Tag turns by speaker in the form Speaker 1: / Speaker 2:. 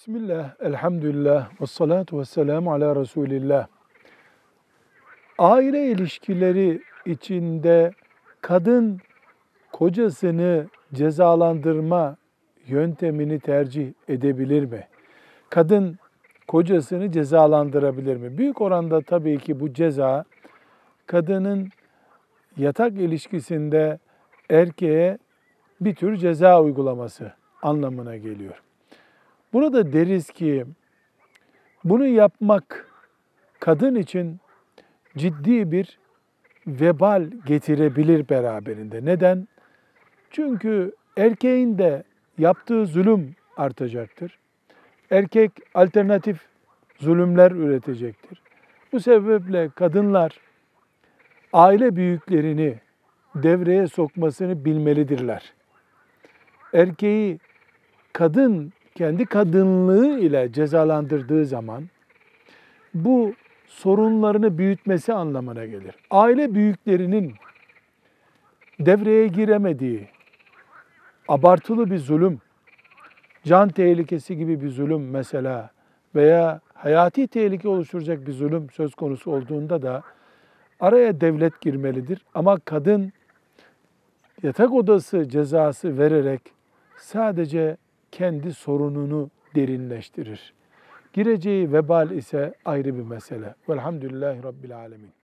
Speaker 1: Bismillah, elhamdülillah, ve salatu ve selamu ala Resulillah. Aile ilişkileri içinde kadın kocasını cezalandırma yöntemini tercih edebilir mi? Kadın kocasını cezalandırabilir mi? Büyük oranda tabii ki bu ceza kadının yatak ilişkisinde erkeğe bir tür ceza uygulaması anlamına geliyor. Burada deriz ki bunu yapmak kadın için ciddi bir vebal getirebilir beraberinde. Neden? Çünkü erkeğin de yaptığı zulüm artacaktır. Erkek alternatif zulümler üretecektir. Bu sebeple kadınlar aile büyüklerini devreye sokmasını bilmelidirler. Erkeği kadın kendi kadınlığı ile cezalandırdığı zaman bu sorunlarını büyütmesi anlamına gelir. Aile büyüklerinin devreye giremediği abartılı bir zulüm, can tehlikesi gibi bir zulüm mesela veya hayati tehlike oluşturacak bir zulüm söz konusu olduğunda da araya devlet girmelidir. Ama kadın yatak odası cezası vererek sadece kendi sorununu derinleştirir. Gireceği vebal ise ayrı bir mesele. Velhamdülillahi Rabbil Alemin.